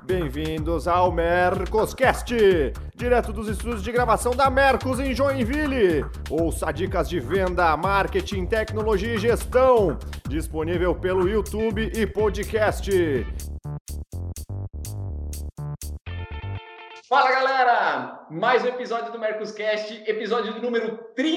Bem-vindos ao Mercoscast, direto dos estúdios de gravação da Mercos em Joinville. Ouça dicas de venda, marketing, tecnologia e gestão, disponível pelo YouTube e podcast. Fala galera, mais um episódio do Mercoscast, episódio número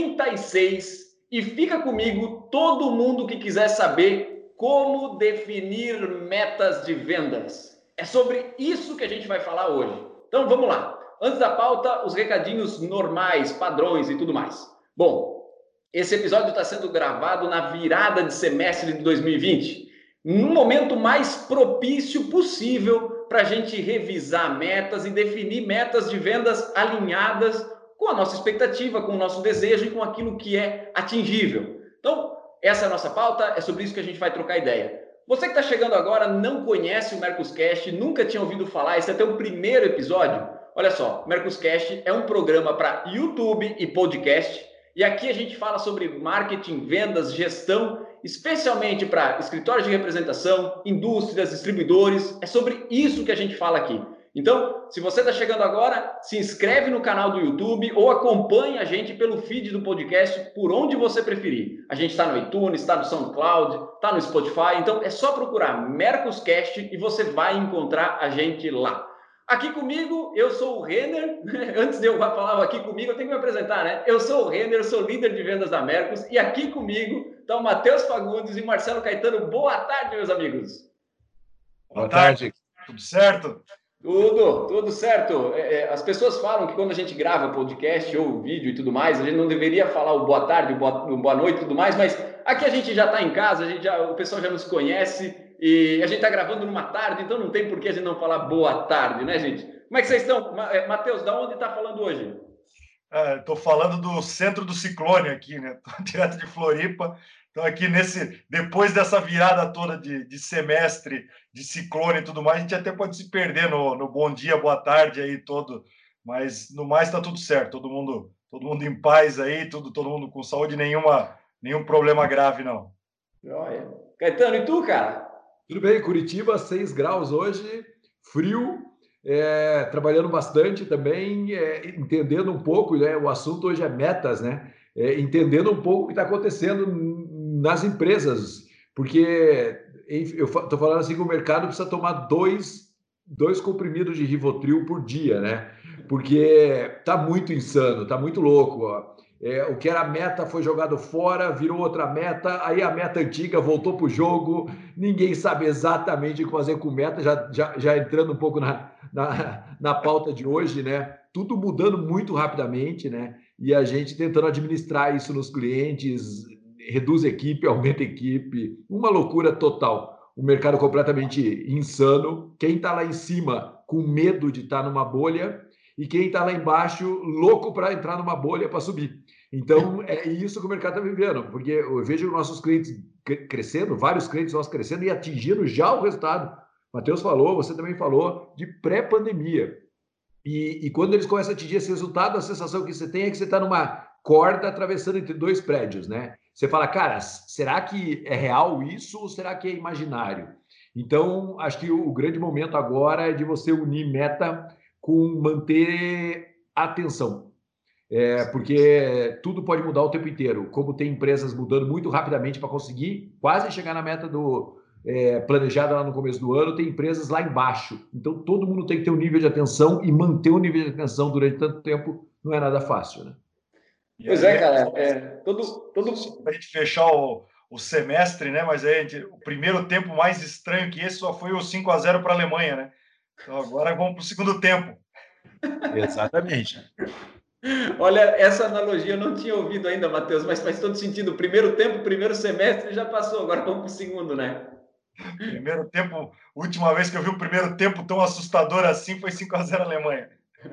36. E fica comigo todo mundo que quiser saber como definir metas de vendas. É sobre isso que a gente vai falar hoje. Então vamos lá. Antes da pauta, os recadinhos normais, padrões e tudo mais. Bom, esse episódio está sendo gravado na virada de semestre de 2020, no momento mais propício possível para a gente revisar metas e definir metas de vendas alinhadas com a nossa expectativa, com o nosso desejo e com aquilo que é atingível. Então, essa é a nossa pauta, é sobre isso que a gente vai trocar ideia. Você que está chegando agora, não conhece o Mercoscast, nunca tinha ouvido falar, esse é até o primeiro episódio. Olha só, o Mercoscast é um programa para YouTube e podcast, e aqui a gente fala sobre marketing, vendas, gestão, especialmente para escritórios de representação, indústrias, distribuidores, é sobre isso que a gente fala aqui. Então, se você está chegando agora, se inscreve no canal do YouTube ou acompanhe a gente pelo feed do podcast, por onde você preferir. A gente está no iTunes, está no SoundCloud, está no Spotify, então é só procurar Mercoscast e você vai encontrar a gente lá. Aqui comigo, eu sou o Renner. Antes de eu falar aqui comigo, eu tenho que me apresentar, né? Eu sou o Renner, sou líder de vendas da Mercos e aqui comigo estão o Matheus Fagundes e Marcelo Caetano. Boa tarde, meus amigos. Boa tarde. Tudo certo? Tudo certo. As pessoas falam que quando a gente grava podcast ou vídeo e tudo mais, a gente não deveria falar o boa tarde, o boa noite e tudo mais, mas aqui a gente já está em casa, o pessoal já nos conhece e a gente está gravando numa tarde, então não tem por que a gente não falar boa tarde, né, gente? Como é que vocês estão? Matheus, da onde está falando hoje? Estou falando do centro do ciclone aqui, né? Estou direto de Floripa. Então, aqui depois dessa virada toda de semestre, de ciclone e tudo mais, a gente até pode se perder no bom dia, boa tarde aí todo, mas no mais está tudo certo, todo mundo em paz aí, todo mundo com saúde, nenhum problema grave, não. Olha. Caetano, e tu, cara? Tudo bem, Curitiba, 6 graus hoje, frio, trabalhando bastante também, entendendo um pouco, né? O assunto hoje é metas, né? Entendendo um pouco o que está acontecendo nas empresas, porque eu estou falando assim que o mercado precisa tomar dois comprimidos de Rivotril por dia, né? Porque está muito insano, está muito louco. Ó. O que era meta foi jogado fora, virou outra meta, aí a meta antiga voltou para o jogo, ninguém sabe exatamente o que fazer com meta, já entrando um pouco na pauta de hoje, né? Tudo mudando muito rapidamente, né? E a gente tentando administrar isso nos clientes, reduz equipe, aumenta equipe, uma loucura total. O mercado completamente insano. Quem está lá em cima com medo de estar numa bolha e quem está lá embaixo louco para entrar numa bolha para subir. Então, é isso que o mercado está vivendo, porque eu vejo nossos clientes crescendo, vários clientes nossos crescendo e atingindo já o resultado. O Matheus falou, você também falou, de pré-pandemia. E quando eles começam a atingir esse resultado, a sensação que você tem é que você está numa corda atravessando entre 2 prédios, né? Você fala, cara, será que é real isso ou será que é imaginário? Então, acho que o grande momento agora é de você unir meta com manter atenção. Porque tudo pode mudar o tempo inteiro. Como tem empresas mudando muito rapidamente para conseguir quase chegar na meta planejada lá no começo do ano, tem empresas lá embaixo. Então, todo mundo tem que ter um nível de atenção e manter o nível de atenção durante tanto tempo não é nada fácil, né? Pois é, cara. Para a gente fechar o semestre, né? Mas o primeiro tempo mais estranho que esse só foi o 5-0 para a Alemanha, né? Então agora vamos para o segundo tempo. Exatamente. Olha, essa analogia eu não tinha ouvido ainda, Matheus, mas faz todo sentido. O primeiro tempo, o primeiro semestre já passou, agora vamos para o segundo, né? Primeiro tempo, última vez que eu vi o primeiro tempo tão assustador assim foi 5-0 Alemanha.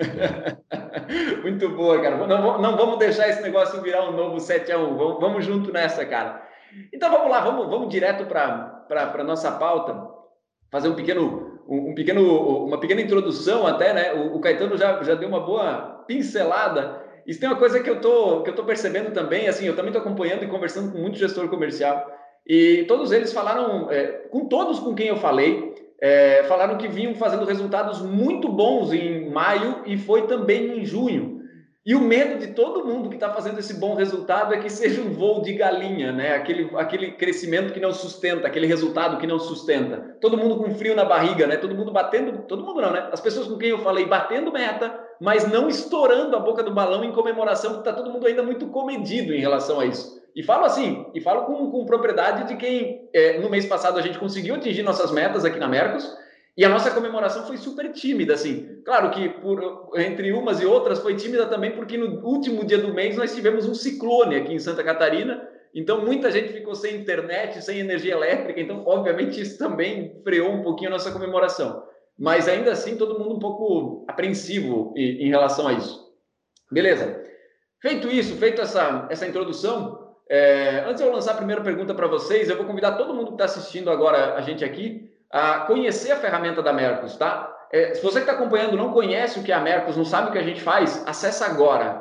Muito boa, cara. Não vamos deixar esse negócio virar um novo 7-1. Vamos junto nessa, cara. Então vamos lá, vamos direto para a nossa pauta, fazer uma pequena introdução até, né? O Caetano já deu uma boa pincelada. Isso tem uma coisa que eu tô percebendo também, assim, eu também estou acompanhando e conversando com muito gestor comercial, e todos eles falaram, com todos com quem eu falei, falaram que vinham fazendo resultados muito bons em maio e foi também em junho. E o medo de todo mundo que está fazendo esse bom resultado é que seja um voo de galinha, né? Aquele crescimento que não sustenta, aquele resultado que não sustenta. Todo mundo com frio na barriga, né? Todo mundo batendo, todo mundo não, né? As pessoas com quem eu falei batendo meta, mas não estourando a boca do balão em comemoração, porque está todo mundo ainda muito comedido em relação a isso. E falo assim, e falo com propriedade de quem no mês passado a gente conseguiu atingir nossas metas aqui na Mercos, e a nossa comemoração foi super tímida, assim. Claro que entre umas e outras foi tímida também porque no último dia do mês nós tivemos um ciclone aqui em Santa Catarina, então muita gente ficou sem internet, sem energia elétrica, então obviamente isso também freou um pouquinho a nossa comemoração. Mas ainda assim todo mundo um pouco apreensivo em relação a isso. Beleza. Feito isso, feito essa introdução, antes de eu lançar a primeira pergunta para vocês, eu vou convidar todo mundo que está assistindo agora a gente aqui a conhecer a ferramenta da Mercos, tá? Se você que está acompanhando não conhece o que é a Mercos, não sabe o que a gente faz, acessa agora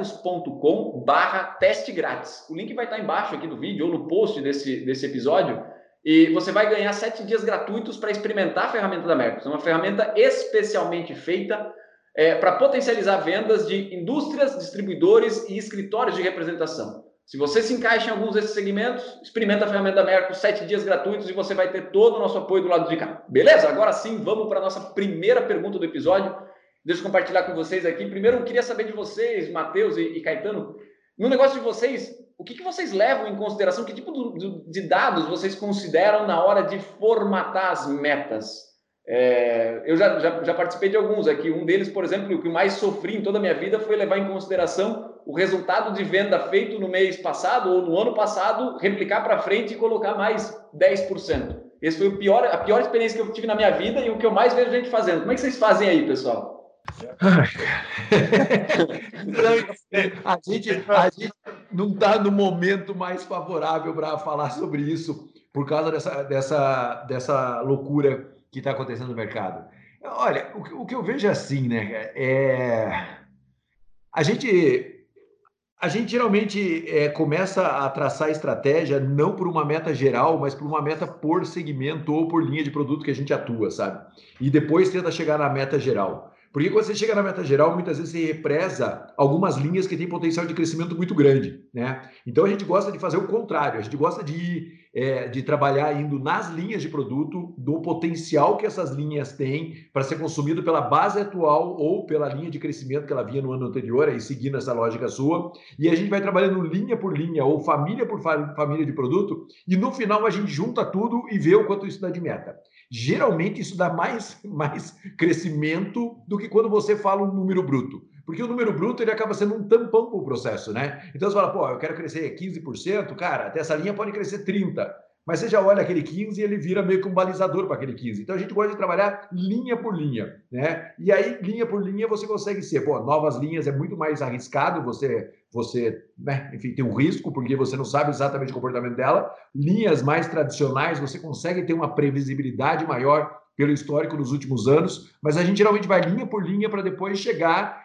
mercos.com/teste grátis. O link vai estar embaixo aqui do vídeo ou no post desse episódio e você vai ganhar 7 dias gratuitos para experimentar a ferramenta da Mercos. É uma ferramenta especialmente feita para potencializar vendas de indústrias, distribuidores e escritórios de representação. Se você se encaixa em alguns desses segmentos, experimenta a ferramenta da Mercos, 7 dias gratuitos e você vai ter todo o nosso apoio do lado de cá. Beleza? Agora sim, vamos para a nossa primeira pergunta do episódio. Deixa eu compartilhar com vocês aqui. Primeiro, eu queria saber de vocês, Matheus e Caetano, no negócio de vocês, o que vocês levam em consideração, que tipo de dados vocês consideram na hora de formatar as metas? Eu já participei de alguns aqui. Um deles, por exemplo, o que mais sofri em toda a minha vida foi levar em consideração o resultado de venda feito no mês passado ou no ano passado, replicar para frente e colocar mais 10%. Esse foi a pior experiência que eu tive na minha vida e o que eu mais vejo gente fazendo. Como é que vocês fazem aí, pessoal? A gente não está no momento mais favorável para falar sobre isso por causa dessa loucura que está acontecendo no mercado. Olha, o que eu vejo é assim, né? A gente geralmente começa a traçar estratégia não por uma meta geral, mas por uma meta por segmento ou por linha de produto que a gente atua, sabe? E depois tenta chegar na meta geral. Porque quando você chega na meta geral, muitas vezes você represa algumas linhas que têm potencial de crescimento muito grande, né? Então a gente gosta de fazer o contrário, a gente gosta de trabalhar indo nas linhas de produto, do potencial que essas linhas têm para ser consumido pela base atual ou pela linha de crescimento que ela vinha no ano anterior, aí seguindo essa lógica sua, e a gente vai trabalhando linha por linha ou família por família de produto, e no final a gente junta tudo e vê o quanto isso dá de meta. Geralmente isso dá mais crescimento do que quando você fala um número bruto. Porque o número bruto ele acaba sendo um tampão para o processo, né? Então você fala, pô, eu quero crescer 15%, cara, até essa linha pode crescer 30%. Mas você já olha aquele 15% e ele vira meio que um balizador para aquele 15%. Então a gente gosta de trabalhar linha por linha, né? E aí, linha por linha, você consegue ser, pô, novas linhas é muito mais arriscado, você né, enfim, tem um risco, porque você não sabe exatamente o comportamento dela. Linhas mais tradicionais, você consegue ter uma previsibilidade maior pelo histórico dos últimos anos, mas a gente geralmente vai linha por linha para depois chegar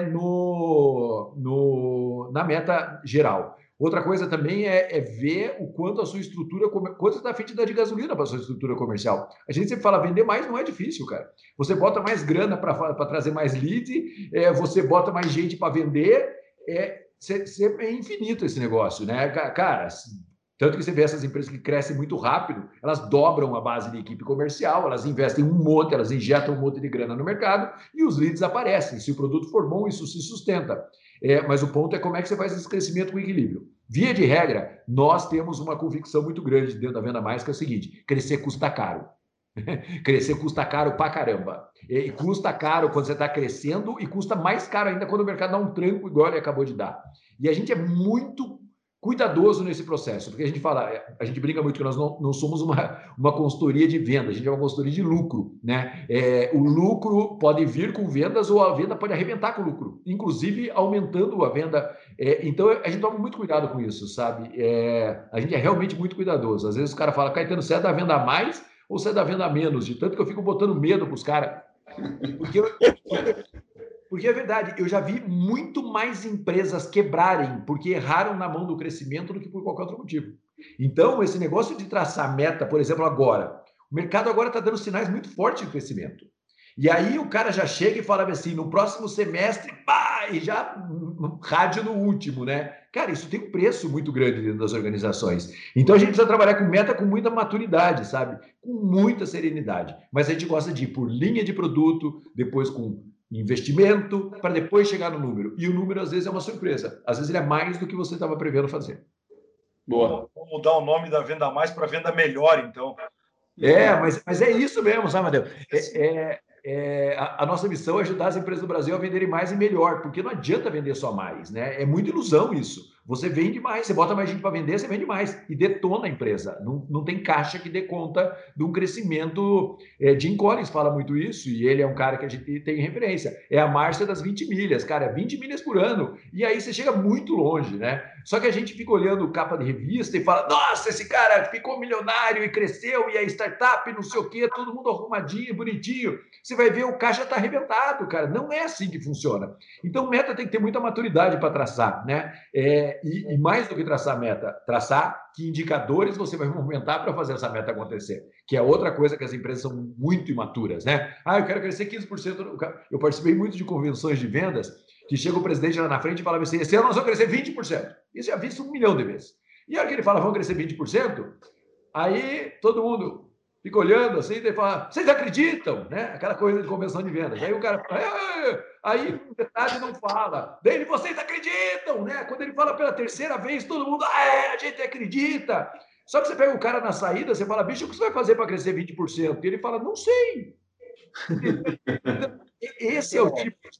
na meta geral. Outra coisa também é ver o quanto a sua estrutura, quanto está feito de dar de gasolina para a sua estrutura comercial. A gente sempre fala, vender mais não é difícil, cara. Você bota mais grana para trazer mais lead, você bota mais gente para vender, é infinito esse negócio, né? Cara, tanto que você vê essas empresas que crescem muito rápido, elas dobram a base de equipe comercial, elas investem um monte, elas injetam um monte de grana no mercado e os leads aparecem. Se o produto for bom, isso se sustenta. Mas o ponto é como é que você faz esse crescimento com equilíbrio. Via de regra, nós temos uma convicção muito grande dentro da Venda Mais, que é o seguinte: crescer custa caro. Crescer custa caro pra caramba. E custa caro quando você está crescendo e custa mais caro ainda quando o mercado dá um tranco igual ele acabou de dar. E a gente é muito cuidadoso nesse processo, porque a gente brinca muito que nós não somos uma consultoria de venda, a gente é uma consultoria de lucro, né? O lucro pode vir com vendas ou a venda pode arrebentar com o lucro, inclusive aumentando a venda. Então, a gente toma muito cuidado com isso, sabe? A gente é realmente muito cuidadoso. Às vezes o cara fala, Caetano, você é da venda a mais ou você é da venda a menos? De tanto que eu fico botando medo para os caras. Porque é verdade, eu já vi muito mais empresas quebrarem porque erraram na mão do crescimento do que por qualquer outro motivo. Então, esse negócio de traçar meta, por exemplo, agora, O mercado agora está dando sinais muito fortes de crescimento. E aí o cara já chega e fala assim, no próximo semestre, pá, e já rádio no último, né? Cara, isso tem um preço muito grande dentro das organizações. Então a gente precisa trabalhar com meta com muita maturidade, sabe? Com muita serenidade. Mas a gente gosta de ir por linha de produto, depois com investimento, para depois chegar no número. E o número, às vezes, é uma surpresa. Às vezes ele é mais do que você estava prevendo fazer. Boa. Vamos mudar o nome da Venda Mais para Venda Melhor, então. Mas é isso mesmo, sabe, Amadeu? A nossa missão é ajudar as empresas do Brasil a venderem mais e melhor, porque não adianta vender só mais, né? É muita ilusão isso. Você vende mais, você bota mais gente para vender, você vende mais e detona a empresa. Não tem caixa que dê conta de um crescimento. Jim Collins fala muito isso e ele é um cara que a gente tem referência. É a marcha das 20 milhas, cara, 20 milhas por ano. E aí você chega muito longe, né? Só que a gente fica olhando capa de revista e fala, nossa, esse cara ficou milionário e cresceu e a startup, não sei o quê, todo mundo arrumadinho, bonitinho. Você vai ver, o caixa está arrebentado, cara. Não é assim que funciona. Então, meta tem que ter muita maturidade para traçar, né? E mais do que traçar meta, traçar que indicadores você vai movimentar para fazer essa meta acontecer. Que é outra coisa que as empresas são muito imaturas, né? Eu quero crescer 15%. Eu participei muito de convenções de vendas que chega o presidente lá na frente e fala assim, esse ano nós vamos crescer 20%. Isso já visto 1 milhão de vezes. E a hora que ele fala, vamos crescer 20%, aí todo mundo fica olhando assim e fala, vocês acreditam? Né? Aquela coisa de convenção de vendas. Aí o cara fala, aí metade não fala. Daí vocês acreditam? Né? Quando ele fala pela terceira vez, todo mundo, a gente acredita. Só que você pega o cara na saída, você fala, bicho, o que você vai fazer para crescer 20%? E ele fala, não sei. Esse é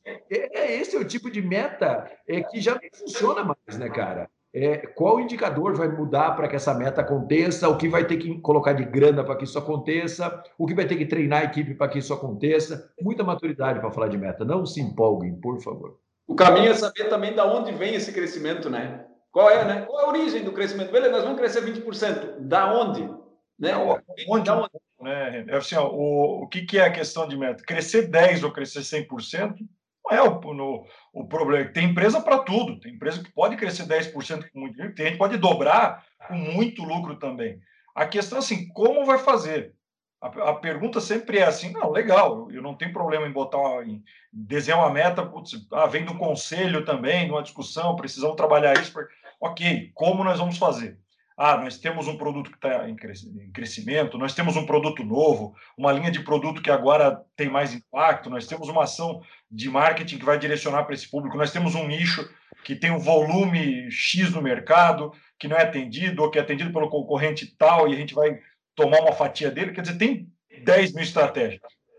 o tipo de meta que já não funciona mais, né, cara? Qual indicador vai mudar para que essa meta aconteça, o que vai ter que colocar de grana para que isso aconteça, o que vai ter que treinar a equipe para que isso aconteça. Muita maturidade para falar de meta. Não se empolguem, por favor. O caminho é saber também de onde vem esse crescimento, né? Qual é a origem do crescimento? Beleza, nós vamos crescer 20%. Da onde? Né? Onde? Né? Assim, o que é a questão de meta? Crescer 10% ou crescer 100%? Não é o problema. Tem empresa para tudo. Tem empresa que pode crescer 10% com muito dinheiro, tem gente que pode dobrar com muito lucro também. A questão é assim, como vai fazer? A pergunta sempre é assim, não, legal, eu não tenho problema em desenhar uma meta, vem do conselho também, numa discussão, precisamos trabalhar isso. Ok, como nós vamos fazer? Nós temos um produto que está em crescimento, nós temos um produto novo, uma linha de produto que agora tem mais impacto, nós temos uma ação de marketing que vai direcionar para esse público, nós temos um nicho que tem um volume X no mercado, que não é atendido, ou que é atendido pelo concorrente tal, e a gente vai tomar uma fatia dele. Quer dizer, tem 10 mil estratégias.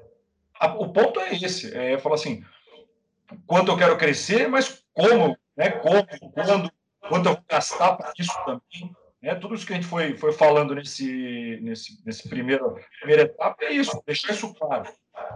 O ponto é esse, falar assim, quanto eu quero crescer, mas como, né? Como, quanto eu vou gastar para isso também. Tudo isso que a gente foi falando nesse primeira etapa é isso, deixar isso claro.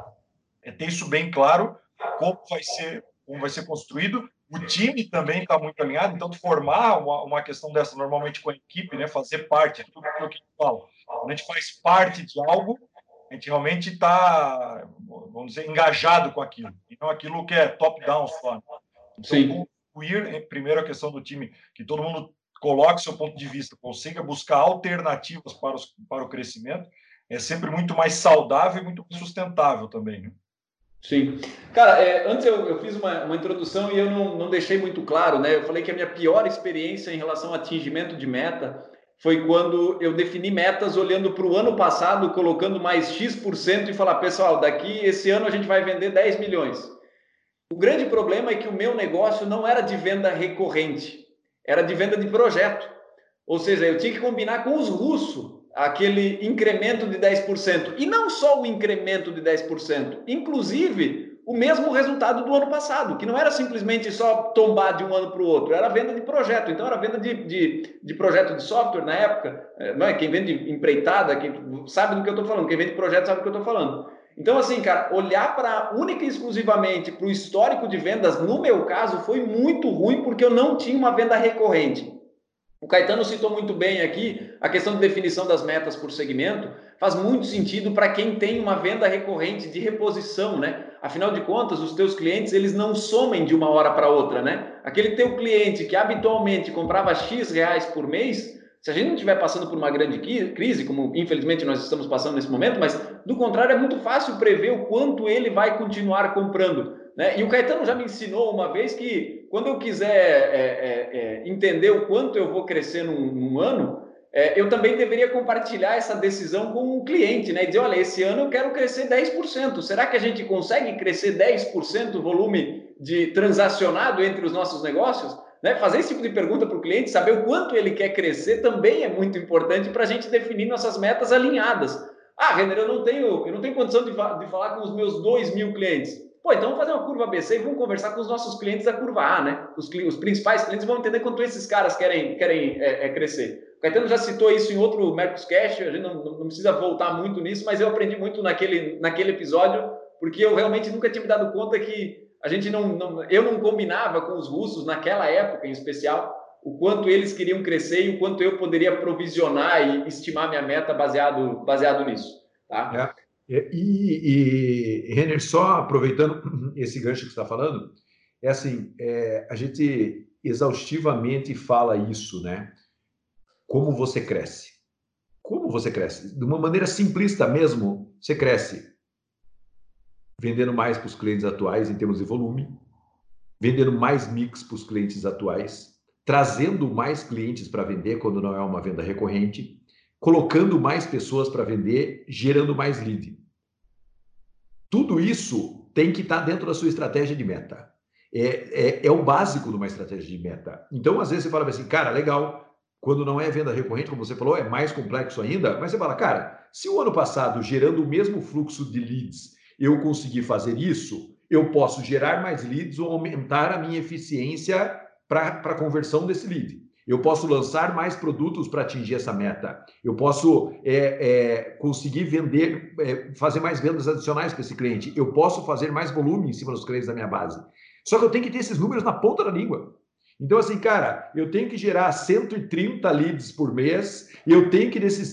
Ter isso bem claro, como vai ser construído. O time também está muito alinhado, então formar uma questão dessa normalmente com a equipe, né, fazer parte, tudo aquilo que a gente fala. Quando a gente faz parte de algo, a gente realmente está, vamos dizer, engajado com aquilo, e não aquilo que é top-down só. Então, construir primeiro a questão do time, que todo mundo coloque seu ponto de vista, consiga buscar alternativas para o crescimento, é sempre muito mais saudável e muito mais sustentável também, né? Sim. Cara, antes eu fiz uma introdução e eu não deixei muito claro, né? Eu falei que a minha pior experiência em relação ao atingimento de meta foi quando eu defini metas olhando para o ano passado, colocando mais X% e falar, pessoal, esse ano a gente vai vender 10 milhões. O grande problema é que o meu negócio não era de venda recorrente, era de venda de projeto. Ou seja, eu tinha que combinar com os russos aquele incremento de 10%. E não só o incremento de 10%, inclusive o mesmo resultado do ano passado, que não era simplesmente só tombar de um ano para o outro, era venda de projeto. Então, era venda de projeto de software na época. Não é? Quem vende empreitada, quem sabe do que eu estou falando, quem vende projeto sabe do que eu estou falando. Então, assim, cara, olhar para única e exclusivamente para o histórico de vendas, no meu caso, foi muito ruim, porque eu não tinha uma venda recorrente. O Caetano citou muito bem aqui a questão de definição das metas por segmento. Faz muito sentido para quem tem uma venda recorrente de reposição, né? Afinal de contas, os teus clientes, eles não somem de uma hora para outra, né? Aquele teu cliente que habitualmente comprava X reais por mês, Se a gente não estiver passando por uma grande crise, como infelizmente nós estamos passando nesse momento, mas do contrário é muito fácil prever o quanto ele vai continuar comprando, né? E o Caetano já me ensinou uma vez que quando eu quiser entender o quanto eu vou crescer num ano, eu também deveria compartilhar essa decisão com um cliente, né? E dizer, olha, esse ano eu quero crescer 10%. Será que a gente consegue crescer 10% o volume de transacionado entre os nossos negócios? Né? Fazer esse tipo de pergunta para o cliente, saber o quanto ele quer crescer, também é muito importante para a gente definir nossas metas alinhadas. Ah, Renner, eu não tenho condição de falar com os meus 2.000 clientes. Pô, então vamos fazer uma curva ABC e vamos conversar com os nossos clientes da curva A, né? Os principais clientes vão entender quanto esses caras querem crescer. O Caetano já citou isso em outro Mercoscast, a gente não precisa voltar muito nisso, mas eu aprendi muito naquele episódio, porque eu realmente nunca tinha me dado conta que a gente eu não combinava com os russos naquela época em especial o quanto eles queriam crescer e o quanto eu poderia provisionar e estimar minha meta baseado nisso. Tá? Renner, só aproveitando esse gancho que você está falando, assim, a gente exaustivamente fala isso, né? Como você cresce? Como você cresce? De uma maneira simplista mesmo, você cresce vendendo mais para os clientes atuais em termos de volume, vendendo mais mix para os clientes atuais, trazendo mais clientes para vender quando não é uma venda recorrente, colocando mais pessoas para vender, gerando mais lead. Tudo isso tem que estar dentro da sua estratégia de meta. É o básico de uma estratégia de meta. Então, às vezes você fala assim, cara, legal, quando não é venda recorrente, como você falou, é mais complexo ainda, mas você fala, cara, se o ano passado, gerando o mesmo fluxo de leads, eu conseguir fazer isso, eu posso gerar mais leads ou aumentar a minha eficiência para a conversão desse lead. Eu posso lançar mais produtos para atingir essa meta. Eu posso conseguir vender, fazer mais vendas adicionais para esse cliente. Eu posso fazer mais volume em cima dos clientes da minha base. Só que eu tenho que ter esses números na ponta da língua. Então, assim, cara, eu tenho que gerar 130 leads por mês, eu tenho que, desses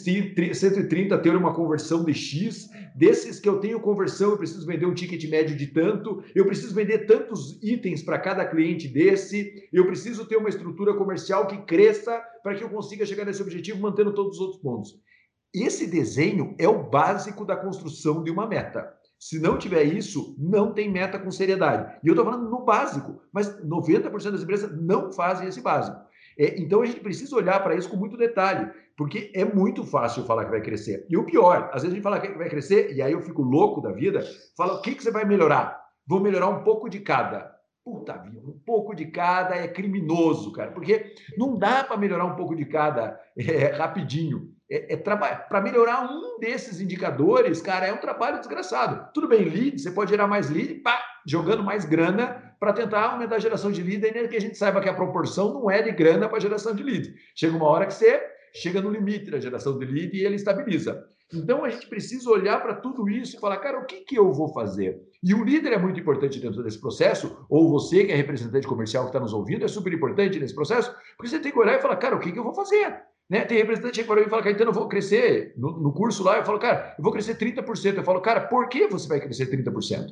130, ter uma conversão de X, desses que eu tenho conversão, eu preciso vender um ticket médio de tanto, eu preciso vender tantos itens para cada cliente desse, eu preciso ter uma estrutura comercial que cresça para que eu consiga chegar nesse objetivo mantendo todos os outros pontos. Esse desenho é o básico da construção de uma meta. Se não tiver isso, não tem meta com seriedade. E eu estou falando no básico, mas 90% das empresas não fazem esse básico. Então, a gente precisa olhar para isso com muito detalhe, porque é muito fácil falar que vai crescer. E o pior, às vezes a gente fala que vai crescer, e aí eu fico louco da vida, fala, o que você vai melhorar? Vou melhorar um pouco de cada. Puta vida, um pouco de cada é criminoso, cara, porque não dá para melhorar um pouco de cada rapidinho. Para melhorar um desses indicadores, cara, é um trabalho desgraçado. Tudo bem, lead, você pode gerar mais lead, jogando mais grana para tentar aumentar a geração de lead, ainda que a gente saiba que a proporção não é de grana para geração de lead. Chega uma hora que você chega no limite da geração de lead e ele estabiliza. Então, a gente precisa olhar para tudo isso e falar, cara, o que eu vou fazer? E o líder é muito importante dentro desse processo, ou você que é representante comercial que está nos ouvindo, é super importante nesse processo, porque você tem que olhar e falar, cara, o que eu vou fazer? Né? Tem representante que para mim e fala, Caetano, eu vou crescer. No curso lá, eu falo, cara, eu vou crescer 30%. Eu falo, cara, por que você vai crescer 30%?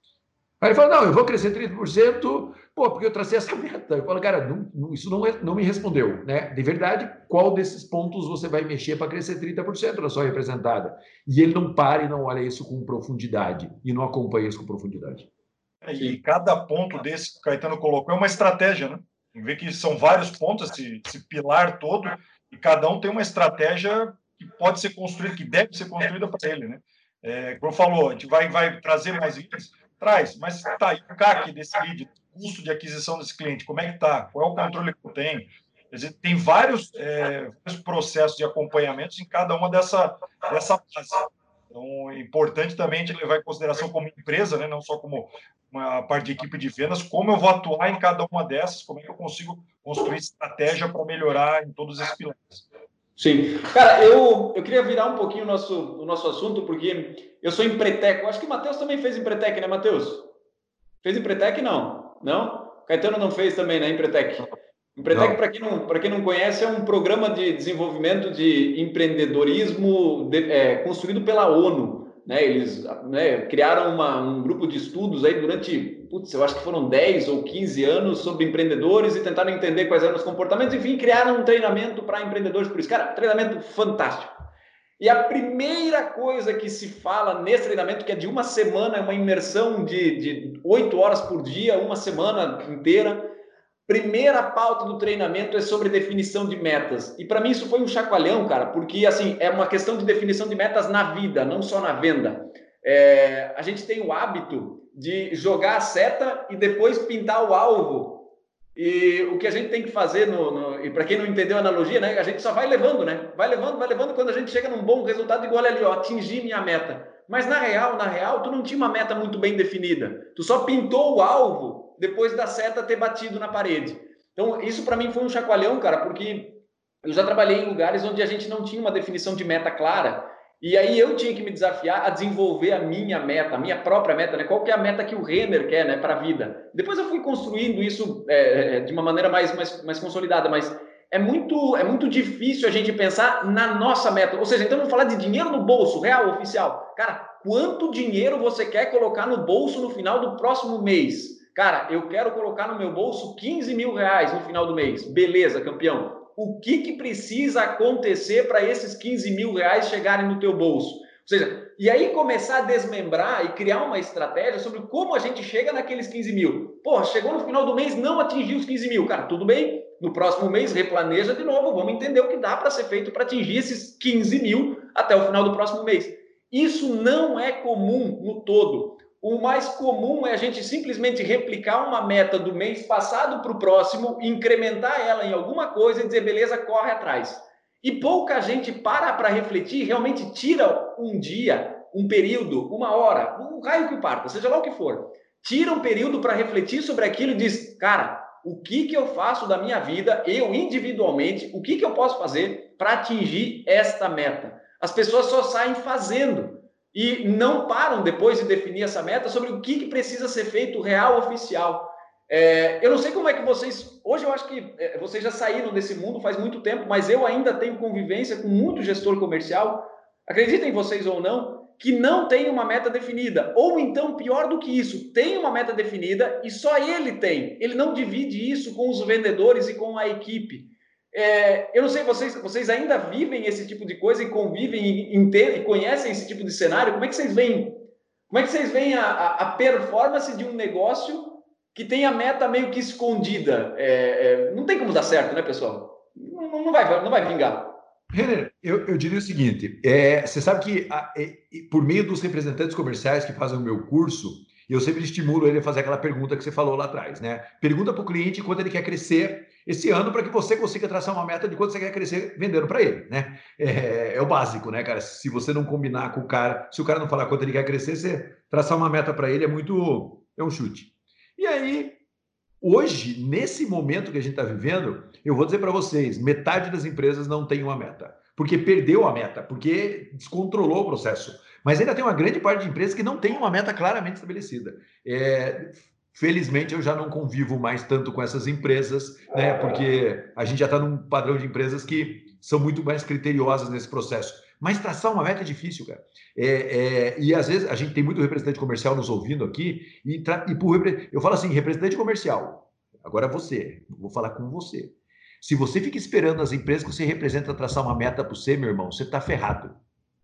Aí ele fala, não, eu vou crescer 30%, porque eu tracei essa meta. Eu falo, cara, isso não me respondeu, né? De verdade, qual desses pontos você vai mexer para crescer 30% da sua representada? E ele não para e não olha isso com profundidade, e não acompanha isso com profundidade. E cada ponto desse que o Caetano colocou é uma estratégia, né? Vê que são vários pontos, esse pilar todo, e cada um tem uma estratégia que pode ser construída, que deve ser construída para ele, né? Como falou, a gente vai trazer mais leads, traz, mas tá, e o CAC desse lead, o custo de aquisição desse cliente, como é que tá? Qual é o controle que eu tenho? Quer dizer, tem vários processos de acompanhamento em cada uma dessa base. Então, é importante também a gente levar em consideração como empresa, né? Não só como uma parte de equipe de vendas, como eu vou atuar em cada uma dessas, como é que eu consigo construir estratégia para melhorar em todos esses pilares. Sim. Cara, eu queria virar um pouquinho o nosso assunto, porque eu sou Empretec. Eu acho que o Matheus também fez Empretec, né, Matheus? Fez Empretec? Não. Não? Caetano não fez também, né, Empretec? Empretec, para quem não conhece, é um programa de desenvolvimento de empreendedorismo construído pela ONU. né? Eles, né, criaram um grupo de estudos aí durante, eu acho que foram 10 ou 15 anos sobre empreendedores e tentaram entender quais eram os comportamentos. Enfim, criaram um treinamento para empreendedores por isso. Cara, treinamento fantástico. E a primeira coisa que se fala nesse treinamento, que é de uma semana, é uma imersão de 8 horas por dia, uma semana inteira. Primeira pauta do treinamento é sobre definição de metas. E para mim isso foi um chacoalhão, cara, porque assim, é uma questão de definição de metas na vida, não só na venda. A gente tem o hábito de jogar a seta e depois pintar o alvo. E o que a gente tem que fazer, e para quem não entendeu a analogia, né, a gente só vai levando, né? Vai levando, quando a gente chega num bom resultado, igual ali, ó, atingir minha meta. Mas na real, tu não tinha uma meta muito bem definida. Tu só pintou o alvo depois da seta ter batido na parede. Então, isso para mim foi um chacoalhão, cara, porque eu já trabalhei em lugares onde a gente não tinha uma definição de meta clara, e aí eu tinha que me desafiar a desenvolver a minha meta, a minha própria meta, né? Qual que é a meta que o Renner quer, né, para a vida? Depois eu fui construindo isso de uma maneira mais consolidada, mas é muito difícil a gente pensar na nossa meta. Ou seja, então vamos falar de dinheiro no bolso, real, oficial. Cara, quanto dinheiro você quer colocar no bolso no final do próximo mês? Cara, eu quero colocar no meu bolso 15 mil reais no final do mês. Beleza, campeão. O que precisa acontecer para esses 15 mil reais chegarem no teu bolso? Ou seja, e aí começar a desmembrar e criar uma estratégia sobre como a gente chega naqueles 15 mil. Pô, chegou no final do mês, não atingiu os 15 mil. Cara, tudo bem. No próximo mês, replaneja de novo. Vamos entender o que dá para ser feito para atingir esses 15 mil até o final do próximo mês. Isso não é comum no todo. O mais comum é a gente simplesmente replicar uma meta do mês passado para o próximo, incrementar ela em alguma coisa e dizer, beleza, corre atrás. E pouca gente para refletir, realmente tira um dia, um período, uma hora, um raio que parta, seja lá o que for. Tira um período para refletir sobre aquilo e diz, cara, o que eu faço da minha vida, eu individualmente, o que eu posso fazer para atingir esta meta? As pessoas só saem fazendo. E não param depois de definir essa meta sobre o que precisa ser feito real, oficial. Eu não sei como é que vocês... Hoje eu acho que vocês já saíram desse mundo faz muito tempo, mas eu ainda tenho convivência com muito gestor comercial, acreditem vocês ou não, que não tem uma meta definida. Ou então, pior do que isso, tem uma meta definida e só ele tem. Ele não divide isso com os vendedores e com a equipe. Eu não sei, vocês ainda vivem esse tipo de coisa e convivem e conhecem esse tipo de cenário? Como é que vocês veem a performance de um negócio que tem a meta meio que escondida? Não tem como dar certo, né, pessoal? Não vai vingar. Renner, eu diria o seguinte, você sabe que por meio dos representantes comerciais que fazem o meu curso, eu sempre estimulo ele a fazer aquela pergunta que você falou lá atrás, né? Pergunta para o cliente quanto ele quer crescer esse ano para que você consiga traçar uma meta de quanto você quer crescer vendendo para ele, né? É o básico, né, cara? Se você não combinar com o cara, se o cara não falar quanto ele quer crescer, você traçar uma meta para ele é um chute. E aí, hoje, nesse momento que a gente está vivendo, eu vou dizer para vocês, metade das empresas não tem uma meta, porque perdeu a meta, porque descontrolou o processo. Mas ainda tem uma grande parte de empresas que não tem uma meta claramente estabelecida. Felizmente, eu já não convivo mais tanto com essas empresas, né? Porque a gente já está num padrão de empresas que são muito mais criteriosas nesse processo. Mas traçar uma meta é difícil, cara. E às vezes a gente tem muito representante comercial nos ouvindo aqui, eu falo assim, representante comercial, agora vou falar com você. Se você fica esperando as empresas que você representa traçar uma meta para você, meu irmão, você está ferrado.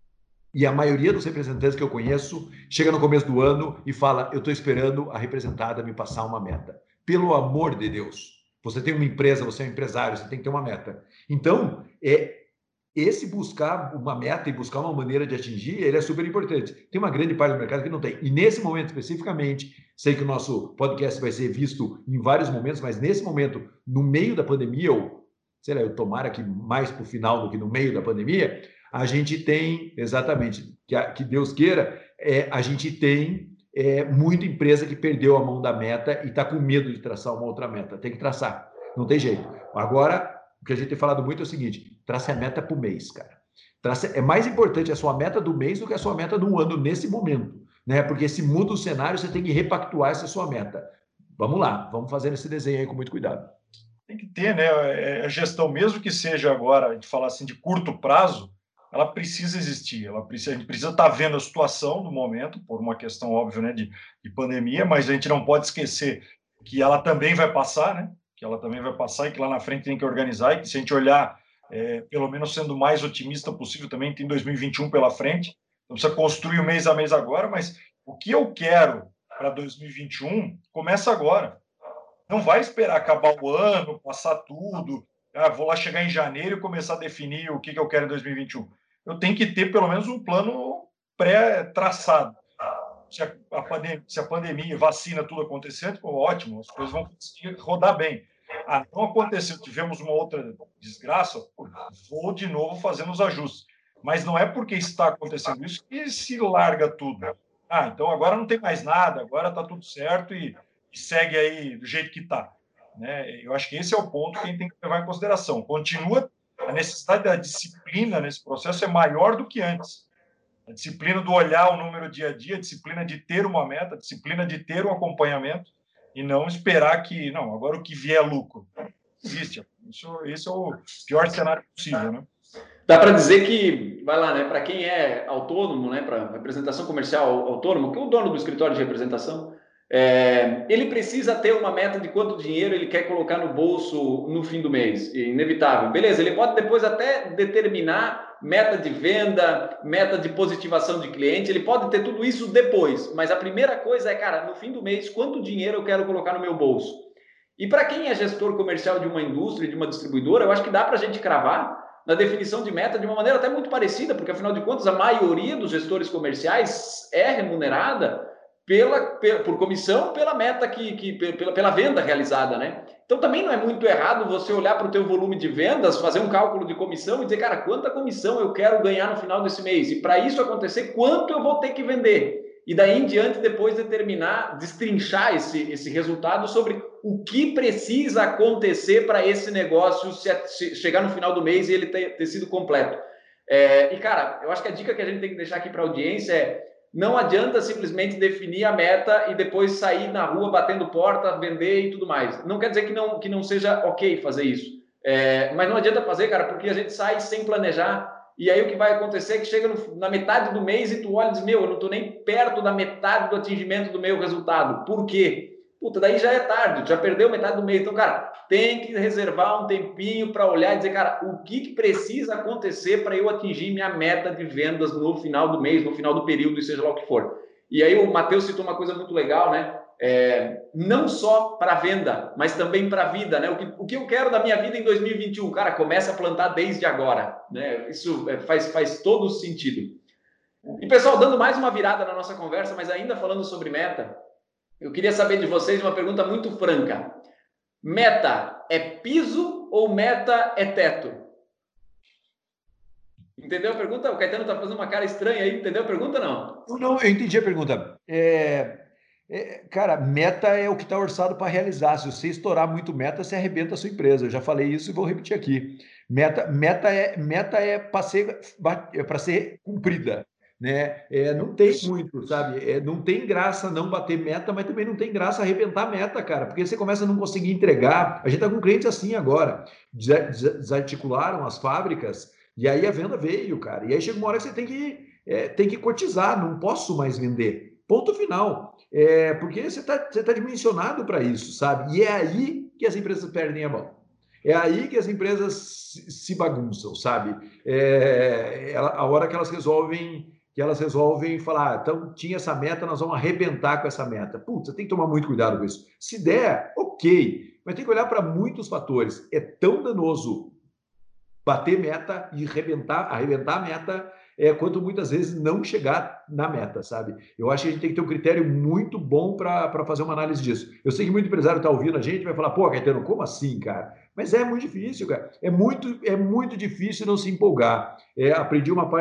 E a maioria dos representantes que eu conheço chega no começo do ano e fala, eu estou esperando a representada me passar uma meta. Pelo amor de Deus, você tem uma empresa, você é um empresário, você tem que ter uma meta. Então, esse buscar uma meta e buscar uma maneira de atingir, ele é super importante. Tem uma grande parte do mercado que não tem. E nesse momento especificamente, sei que o nosso podcast vai ser visto em vários momentos, mas nesse momento, no meio da pandemia, eu tomara que mais para o final do que no meio da pandemia, a gente tem, exatamente, que Deus queira, a gente tem muita empresa que perdeu a mão da meta e está com medo de traçar uma outra meta. Tem que traçar, não tem jeito. Agora, o que a gente tem falado muito é o seguinte, trace a meta para o mês, cara. É mais importante a sua meta do mês do que a sua meta do ano nesse momento, né? Porque se muda o cenário, você tem que repactuar essa sua meta. Vamos lá, vamos fazer esse desenho aí com muito cuidado. Tem que ter, né? A gestão, mesmo que seja agora, a gente falar assim, de curto prazo, ela precisa existir, a gente precisa estar vendo a situação do momento, por uma questão óbvia, né, de pandemia, mas a gente não pode esquecer que ela também vai passar, né? Que ela também vai passar e que lá na frente tem que organizar, e que se a gente olhar, pelo menos sendo o mais otimista possível, também tem 2021 pela frente, então precisa construir o mês a mês agora, mas o que eu quero para 2021 começa agora. Não vai esperar acabar o ano, passar tudo, vou lá chegar em janeiro e começar a definir o que eu quero em 2021. Eu tenho que ter pelo menos um plano pré-traçado. Se a pandemia, vacina, tudo acontecer, ótimo, as coisas vão conseguir rodar bem. Não aconteceu, tivemos uma outra desgraça, vou de novo fazendo os ajustes. Mas não é porque está acontecendo isso que se larga tudo. Então agora não tem mais nada, agora está tudo certo e segue aí do jeito que está. Né? Eu acho que esse é o ponto que a gente tem que levar em consideração. Continua, a necessidade da disciplina nesse processo é maior do que antes. A disciplina do olhar o número dia a dia, a disciplina de ter uma meta, a disciplina de ter um acompanhamento e não esperar que, não, agora o que vier é lucro. Existe. Esse é o pior cenário possível, né? Dá para dizer que, vai lá, né, para quem é autônomo, né, para representação comercial autônomo, que é o dono do escritório de representação, ele precisa ter uma meta de quanto dinheiro ele quer colocar no bolso no fim do mês, inevitável. Beleza, ele pode depois até determinar meta de venda, meta de positivação de cliente, ele pode ter tudo isso depois, mas a primeira coisa é, cara, no fim do mês, quanto dinheiro eu quero colocar no meu bolso? E para quem é gestor comercial de uma indústria, de uma distribuidora, eu acho que dá para a gente cravar na definição de meta de uma maneira até muito parecida, porque afinal de contas a maioria dos gestores comerciais é remunerada por comissão pela meta pela venda realizada, né? Então também não é muito errado você olhar para o teu volume de vendas, fazer um cálculo de comissão e dizer, cara, quanta comissão eu quero ganhar no final desse mês? E para isso acontecer, quanto eu vou ter que vender? E daí em diante, depois determinar, destrinchar esse resultado sobre o que precisa acontecer para esse negócio chegar no final do mês e ele ter sido completo. E, cara, eu acho que a dica que a gente tem que deixar aqui para a audiência é não adianta simplesmente definir a meta e depois sair na rua batendo porta, vender e tudo mais. Não quer dizer que não seja ok fazer isso. Mas não adianta fazer, cara, porque a gente sai sem planejar. E aí o que vai acontecer é que chega na metade do mês e tu olha e diz, eu não estou nem perto da metade do atingimento do meu resultado. Por quê? Puta, daí já é tarde, já perdeu metade do mês. Então, cara, tem que reservar um tempinho para olhar e dizer, cara, o que precisa acontecer para eu atingir minha meta de vendas no final do mês, no final do período, e seja lá o que for. E aí o Matheus citou uma coisa muito legal, né? Não só para venda, mas também para a vida, né? O que eu quero da minha vida em 2021? Cara, começa a plantar desde agora, né? Isso faz todo sentido. E, pessoal, dando mais uma virada na nossa conversa, mas ainda falando sobre meta, eu queria saber de vocês uma pergunta muito franca. Meta é piso ou meta é teto? Entendeu a pergunta? O Caetano está fazendo uma cara estranha aí. Entendeu a pergunta, não? Não, eu entendi a pergunta. Cara, meta é o que está orçado para realizar. Se você estourar muito meta, você arrebenta a sua empresa. Eu já falei isso e vou repetir aqui. Meta é para ser cumprida, né? Não tem muito, sabe? Não tem graça não bater meta, mas também não tem graça arrebentar a meta, cara, porque você começa a não conseguir entregar. A gente está com clientes assim agora. Desarticularam as fábricas e aí a venda veio, cara. E aí chega uma hora que você tem que cotizar. Não posso mais vender. Ponto final. Porque você tá dimensionado para isso, sabe? E é aí que as empresas perdem a mão. É aí que as empresas se bagunçam, sabe? A hora que elas resolvem falar, então tinha essa meta, nós vamos arrebentar com essa meta. Putz, você tem que tomar muito cuidado com isso. Se der, ok, mas tem que olhar para muitos fatores. É tão danoso bater meta e arrebentar a meta, quanto muitas vezes não chegar na meta, sabe? Eu acho que a gente tem que ter um critério muito bom para fazer uma análise disso. Eu sei que muito empresário está ouvindo a gente e vai falar, pô, Caetano, como assim, cara? Mas é muito difícil, cara. É muito difícil não se empolgar. Aprendi uma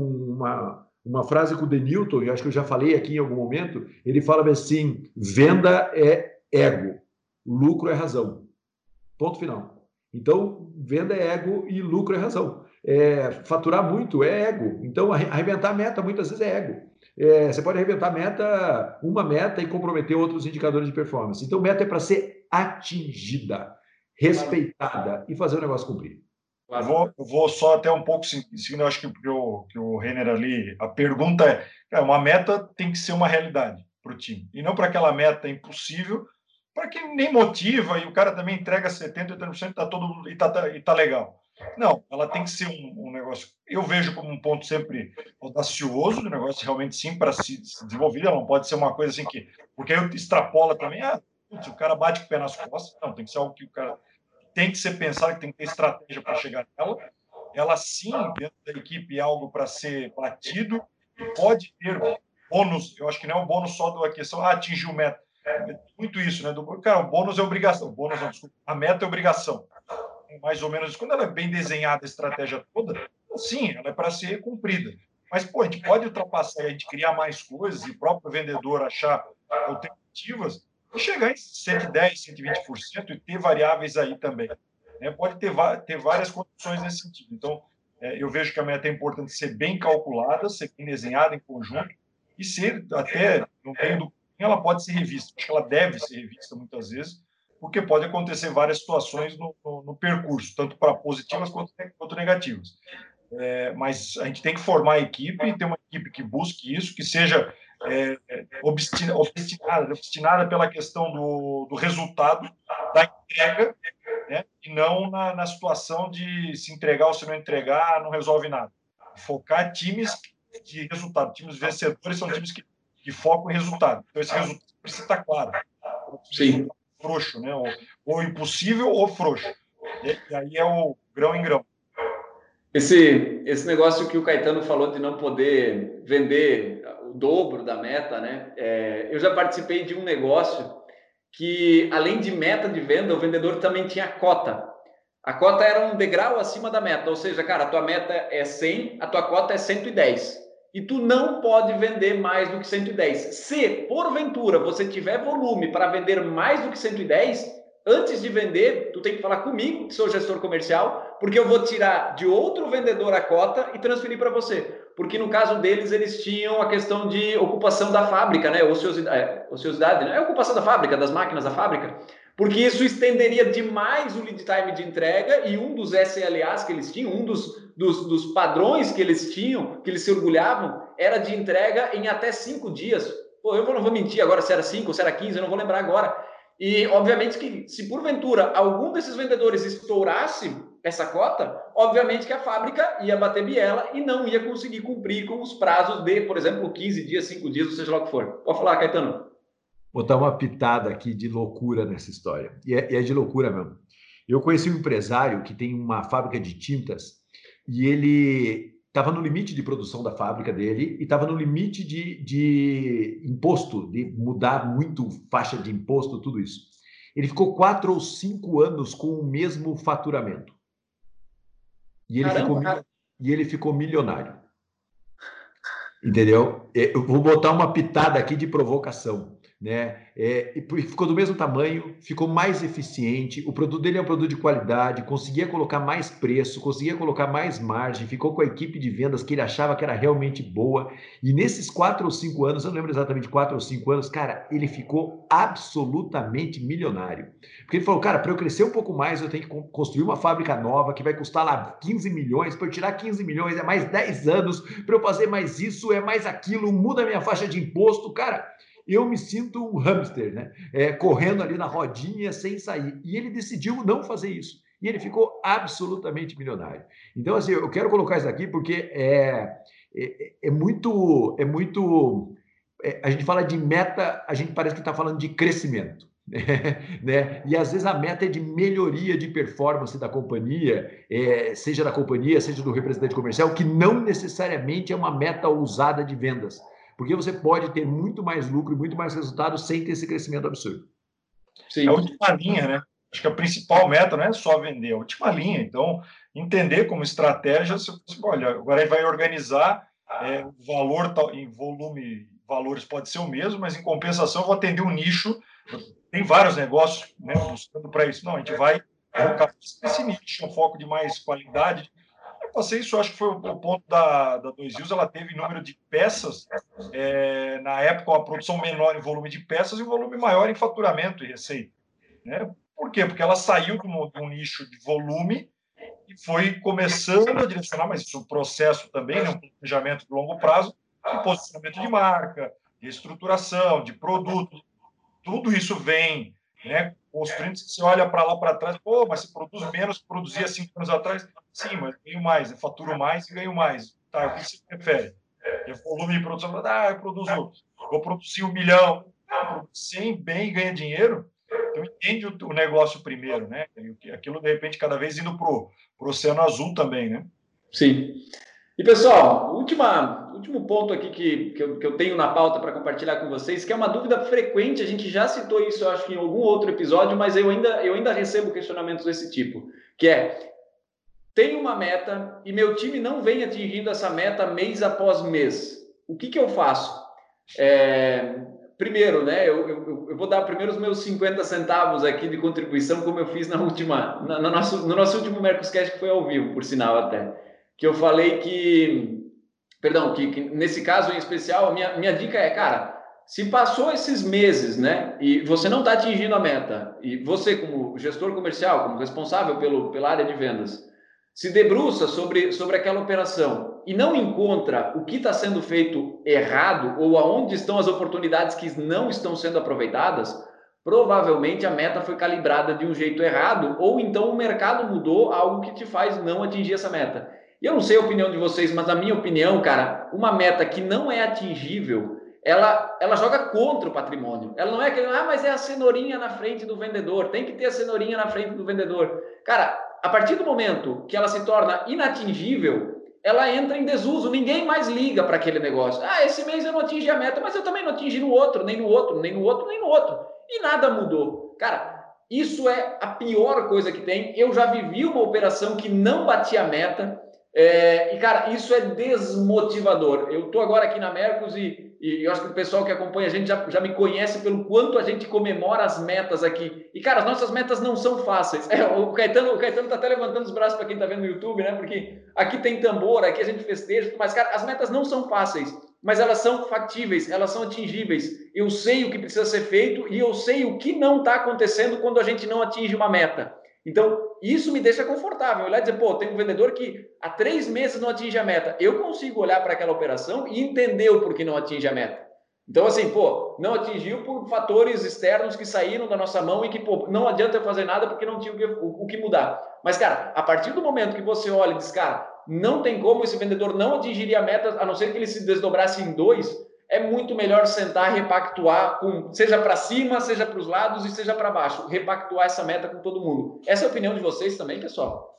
frase com o Denilton, eu acho que eu já falei aqui em algum momento, ele fala assim, venda é ego, lucro é razão. Ponto final. Então, venda é ego e lucro é razão. Faturar muito é ego. Então, arrebentar a meta muitas vezes é ego. Você pode arrebentar uma meta e comprometer outros indicadores de performance. Então, meta é para ser atingida, respeitada e fazer o negócio cumprir. Claro. Eu vou só até um pouco seguindo, eu acho que o Renner ali, a pergunta é, cara, uma meta tem que ser uma realidade para o time, e não para aquela meta impossível, para quem nem motiva, e o cara também entrega 70%, 80%, tá todo, e tá legal. Não, ela tem que ser um negócio, eu vejo como um ponto sempre audacioso, o negócio realmente sim para se desenvolver, ela não pode ser uma coisa assim que, porque aí extrapola também, putz, o cara bate com o pé nas costas, não, tem que ser algo que o cara tem que ser pensado, que tem que ter estratégia para chegar nela. Ela sim, dentro da equipe, é algo para ser batido e pode ter bônus. Eu acho que não é o bônus só da questão, atingir o meta. É muito isso, né? Cara, o bônus é obrigação. O bônus, não, desculpa, a meta é obrigação. Mais ou menos isso. Quando ela é bem desenhada, a estratégia toda, sim, ela é para ser cumprida. Mas, pô, a gente pode ultrapassar, a gente criar mais coisas e o próprio vendedor achar alternativas e chegar em 110%, 120% e ter variáveis aí também. Né? Pode ter várias condições nesse sentido. Então, eu vejo que a meta é importante ser bem calculada, ser bem desenhada em conjunto e ser até, no meio do caminho, ela pode ser revista. Acho que ela deve ser revista muitas vezes, porque pode acontecer várias situações no percurso, tanto para positivas quanto negativas. Mas a gente tem que formar a equipe e ter uma equipe que busque isso, que seja obstinada pela questão do resultado, da entrega, né? E não na situação de se entregar ou se não entregar, não resolve nada. Focar times de resultado. Times vencedores são times que focam em resultado. Então, esse resultado precisa estar claro. Sim. Frouxo, né? Ou impossível ou frouxo. E aí é o grão em grão. Esse negócio que o Caetano falou de não poder vender o dobro da meta, né? Eu já participei de um negócio que, além de meta de venda, o vendedor também tinha cota. A cota era um degrau acima da meta, ou seja, cara, a tua meta é 100, a tua cota é 110. E tu não pode vender mais do que 110. Se, porventura, você tiver volume para vender mais do que 110, antes de vender, tu tem que falar comigo, que sou gestor comercial, porque eu vou tirar de outro vendedor a cota e transferir para você. Porque no caso deles, eles tinham a questão de ocupação da fábrica, né? Ociosidade, né? É a ocupação da fábrica, das máquinas da fábrica. Porque isso estenderia demais o lead time de entrega e um dos SLAs que eles tinham, um dos padrões que eles tinham, que eles se orgulhavam, era de entrega em até 5 dias. Pô, eu não vou mentir agora se era 5 ou se era 15, eu não vou lembrar agora. E, obviamente, que se porventura algum desses vendedores estourasse essa cota, obviamente que a fábrica ia bater biela e não ia conseguir cumprir com os prazos de, por exemplo, 15 dias, 5 dias, ou seja lá o que for. Pode falar, Caetano. Botar uma pitada aqui de loucura nessa história. E é de loucura mesmo. Eu conheci um empresário que tem uma fábrica de tintas e ele estava no limite de produção da fábrica dele e estava no limite de imposto, de mudar muito faixa de imposto, tudo isso. Ele ficou 4 ou 5 anos com o mesmo faturamento. E ele ficou milionário. Entendeu? Eu vou botar uma pitada aqui de provocação. Né? Ficou do mesmo tamanho, ficou mais eficiente, o produto dele é um produto de qualidade, conseguia colocar mais preço, conseguia colocar mais margem, ficou com a equipe de vendas que ele achava que era realmente boa, e nesses 4 ou 5 anos, eu não lembro exatamente 4 ou 5 anos, cara, ele ficou absolutamente milionário, porque ele falou, cara, para eu crescer um pouco mais, eu tenho que construir uma fábrica nova, que vai custar lá 15 milhões, para eu tirar 15 milhões, é mais 10 anos, para eu fazer mais isso, é mais aquilo, muda a minha faixa de imposto, cara, eu me sinto um hamster, né? Correndo ali na rodinha sem sair. E ele decidiu não fazer isso. E ele ficou absolutamente milionário. Então, assim, eu quero colocar isso aqui porque é muito... a gente fala de meta, a gente parece que está falando de crescimento. Né? E às vezes a meta é de melhoria de performance da companhia, seja da companhia, seja do representante comercial, que não necessariamente é uma meta ousada de vendas. Porque você pode ter muito mais lucro e muito mais resultado sem ter esse crescimento absurdo. Sim. É a última linha, né? Acho que a principal meta não é só vender, é a última linha. Então, entender como estratégia, olha, agora vai organizar o valor em volume, valores pode ser o mesmo, mas em compensação eu vou atender um nicho. Tem vários negócios, né, buscando para isso. Não, a gente vai focar nesse nicho, um foco de mais qualidade. Eu passei isso, acho que foi o ponto da 2Rios, ela teve número de peças, na época uma produção menor em volume de peças e um volume maior em faturamento e receita. Né? Por quê? Porque ela saiu de um nicho de volume e foi começando a direcionar, mas isso é um processo também, né, um planejamento de longo prazo, de posicionamento de marca, de estruturação, de produto, tudo isso vem, né, construindo. Você olha para lá para trás, pô, mas você produz menos que produzia 5 anos atrás? Sim, mas ganho mais, eu faturo mais e ganho mais. Tá, o que você prefere? É volume de produção? Vou produzir 1 milhão, produz 100 bem e ganha dinheiro. Então, entende o negócio primeiro, né? Aquilo, de repente, cada vez indo para o oceano azul também, né? Sim. E, pessoal, último ponto aqui que eu tenho na pauta para compartilhar com vocês, que é uma dúvida frequente, a gente já citou isso, eu acho que em algum outro episódio, mas eu ainda recebo questionamentos desse tipo, que é, tenho uma meta e meu time não vem atingindo essa meta mês após mês. O que eu faço? Primeiro, né, eu vou dar primeiro os meus 50 centavos aqui de contribuição, como eu fiz no nosso último Mercoscast, que foi ao vivo, por sinal até, que eu falei que nesse caso em especial, a minha dica é, cara, se passou esses meses, né, e você não está atingindo a meta, e você como gestor comercial, como responsável pela área de vendas, se debruça sobre aquela operação e não encontra o que está sendo feito errado ou aonde estão as oportunidades que não estão sendo aproveitadas, provavelmente a meta foi calibrada de um jeito errado ou então o mercado mudou algo que te faz não atingir essa meta. E eu não sei a opinião de vocês, mas na minha opinião, cara, uma meta que não é atingível, ela joga contra o patrimônio. Ela não é aquele, mas é a cenourinha na frente do vendedor, tem que ter a cenourinha na frente do vendedor. Cara, a partir do momento que ela se torna inatingível, ela entra em desuso, ninguém mais liga para aquele negócio. Esse mês eu não atingi a meta, mas eu também não atingi no outro, nem no outro, nem no outro, nem no outro. E nada mudou. Cara, isso é a pior coisa que tem. Eu já vivi uma operação que não batia a meta, e, cara, isso é desmotivador. Eu estou agora aqui na Mercos e eu acho que o pessoal que acompanha a gente já me conhece pelo quanto a gente comemora as metas aqui. E, cara, as nossas metas não são fáceis. O Caetano está até levantando os braços para quem está vendo no YouTube, né? Porque aqui tem tambor, aqui a gente festeja, mas, cara, as metas não são fáceis, mas elas são factíveis, elas são atingíveis. Eu sei o que precisa ser feito e eu sei o que não está acontecendo quando a gente não atinge uma meta. Então, isso me deixa confortável. Olhar e dizer, tem um vendedor que há 3 meses não atinge a meta. Eu consigo olhar para aquela operação e entender o porquê não atinge a meta. Então, assim, não atingiu por fatores externos que saíram da nossa mão e que, não adianta eu fazer nada porque não tinha o que mudar. Mas, cara, a partir do momento que você olha e diz, cara, não tem como esse vendedor não atingiria a meta, a não ser que ele se desdobrasse em 2, é muito melhor sentar e repactuar, seja para cima, seja para os lados e seja para baixo, repactuar essa meta com todo mundo. Essa é a opinião de vocês também, pessoal?